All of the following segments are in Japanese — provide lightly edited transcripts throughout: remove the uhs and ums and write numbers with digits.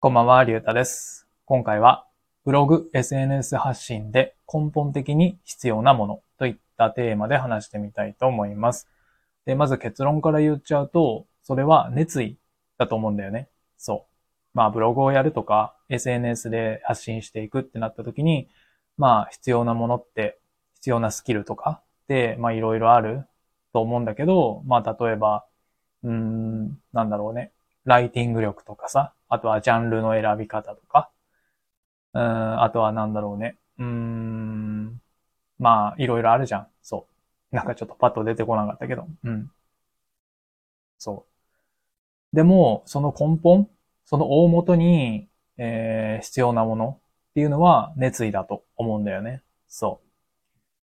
こんばんは、りゅうたです。今回は、ブログ、SNS 発信で根本的に必要なものといったテーマで話してみたいと思います。で、まず結論から言っちゃうと、それは熱意だと思うんだよね。そう。ブログをやるとか、SNS で発信していくってなった時に、必要なものって、必要なスキルとかって、いろいろあると思うんだけど、例えば、なんだろうね。ライティング力とかさ、あとはジャンルの選び方とか、あとはなんだろうね。いろいろあるじゃん。そう。なんかちょっとパッと出てこなかったけど。そう。でも、その根本、その大元に、必要なものっていうのは熱意だと思うんだよね。そう。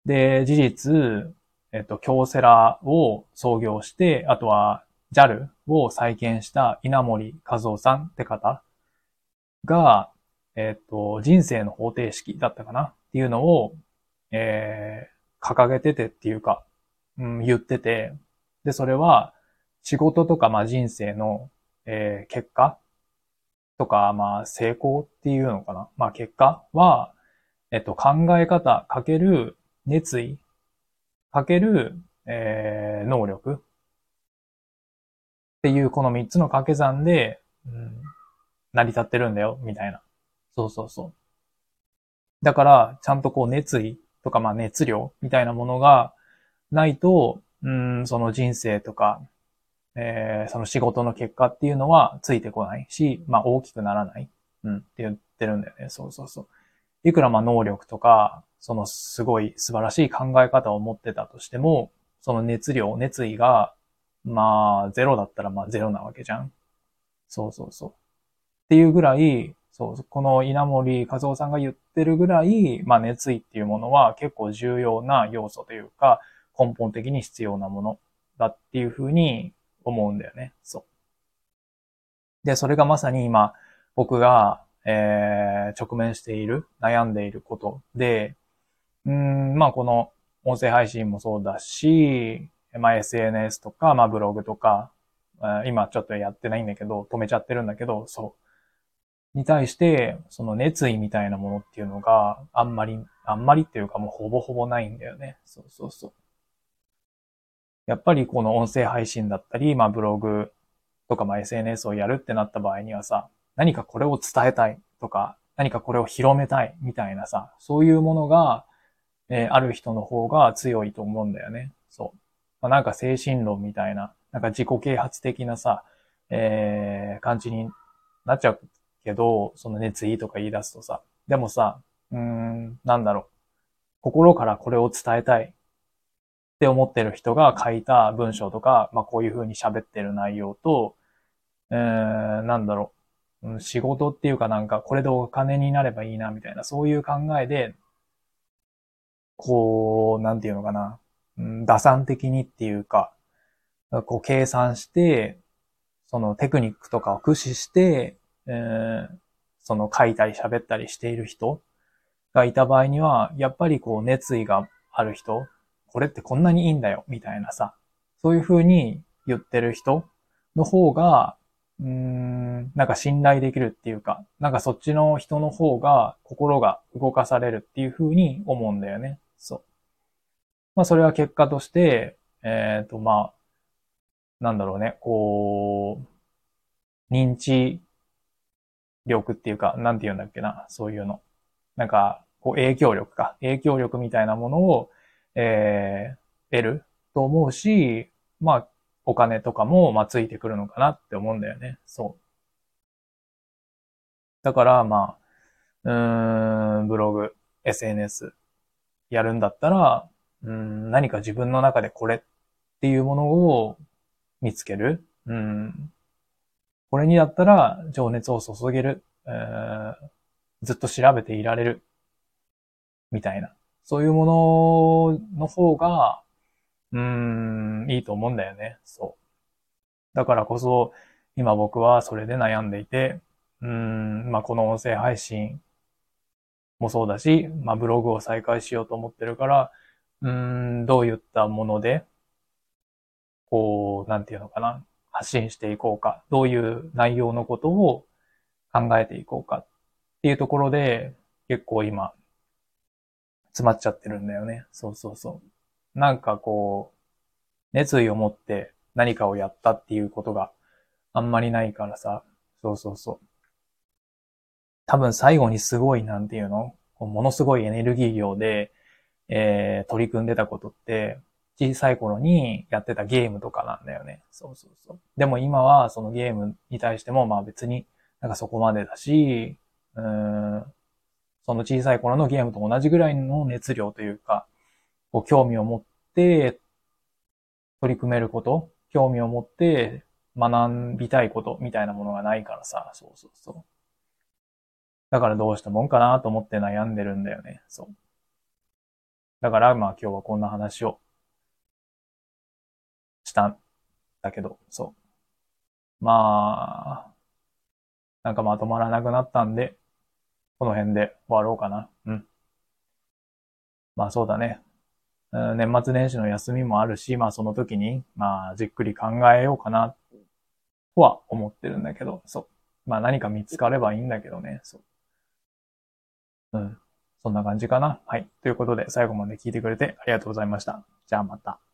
で、事実、京セラを創業して、あとは JAL を再建した稲森和夫さんって方が、人生の方程式だったかなっていうのを、掲げててっていうか、言ってて、で、それは、仕事とか、人生の、結果とか、成功っていうのかな。結果は、考え方かける熱意かける、能力っていうこの3つの掛け算で、成り立ってるんだよ、みたいな。そうそうそう。だから、ちゃんとこう熱意とか、熱量みたいなものがないと、その人生とか、その仕事の結果っていうのはついてこないし、大きくならない。って言ってるんだよね。そうそうそう。いくら能力とか、そのすごい素晴らしい考え方を持ってたとしても、その熱量、熱意が、ゼロだったらゼロなわけじゃん。そうそうそう。っていうぐらい、そう、この稲森和夫さんが言ってるぐらい、熱意っていうものは結構重要な要素というか、根本的に必要なものだっていうふうに思うんだよね。そう。で、それがまさに今、僕が、直面している、悩んでいることで、この音声配信もそうだし、SNS とか、ブログとか、今ちょっとやってないんだけど、止めちゃってるんだけど、そう。に対して、その熱意みたいなものっていうのがあんまりっていうかもうほぼほぼないんだよね。そうそうそう。やっぱりこの音声配信だったり、ブログとかSNS をやるってなった場合にはさ、何かこれを伝えたいとか、何かこれを広めたいみたいなさ、そういうものが、ある人の方が強いと思うんだよね。そう。なんか精神論みたいな、なんか自己啓発的なさ、感じになっちゃうけど、その熱意とか言い出すとさ、でもさ、なんだろう。心からこれを伝えたいって思ってる人が書いた文章とか、こういう風に喋ってる内容と、なんだろう。仕事っていうかなんか、これでお金になればいいな、みたいな、そういう考えで、こう、なんていうのかな。打算的にっていうか、こう計算して、そのテクニックとかを駆使して、えーその書いたり喋ったりしている人がいた場合には、やっぱりこう熱意がある人、これってこんなにいいんだよ、みたいなさ、そういう風に言ってる人の方が、なんか信頼できるっていうか、なんかそっちの人の方が心が動かされるっていう風に思うんだよね。そう。それは結果として、なんだろうね、こう、認知力っていうか、なんて言うんだっけな、そういうの。なんか、こう影響力か。影響力みたいなものを、得ると思うし、お金とかも、ついてくるのかなって思うんだよね。そう。だから、ブログ、SNS やるんだったら、何か自分の中でこれっていうものを見つける。これにだったら情熱を注げる。ずっと調べていられる。みたいな。そういうものの方が、いいと思うんだよね。そう。だからこそ、今僕はそれで悩んでいて、この音声配信もそうだし、ブログを再開しようと思ってるから、どういったもので、こう、なんていうのかな、発信していこうか、どういう内容のことを考えていこうかっていうところで、結構今、詰まっちゃってるんだよね。そうそうそう。なんかこう、熱意を持って何かをやったっていうことがあんまりないからさ。そうそうそう。多分最後にすごい、なんていうのものすごいエネルギー量で、取り組んでたことって、小さい頃にやってたゲームとかなんだよね。そうそうそう。でも今はそのゲームに対してもまあ別になんかそこまでだし、その小さい頃のゲームと同じぐらいの熱量というか、こう興味を持って取り組めること、興味を持って学びたいことみたいなものがないからさ、そうそうそう。だからどうしたもんかなと思って悩んでるんだよね。そう。だからまあ今日はこんな話をしたんだけど、そう。まあ、なんかまとまらなくなったんで、この辺で終わろうかな。うん。まあそうだね。年末年始の休みもあるし、まあその時に、まあじっくり考えようかな、とは思ってるんだけど、そう。まあ何か見つかればいいんだけどね、そう。うん。そんな感じかな。はい。ということで、最後まで聞いてくれてありがとうございました。じゃあまた。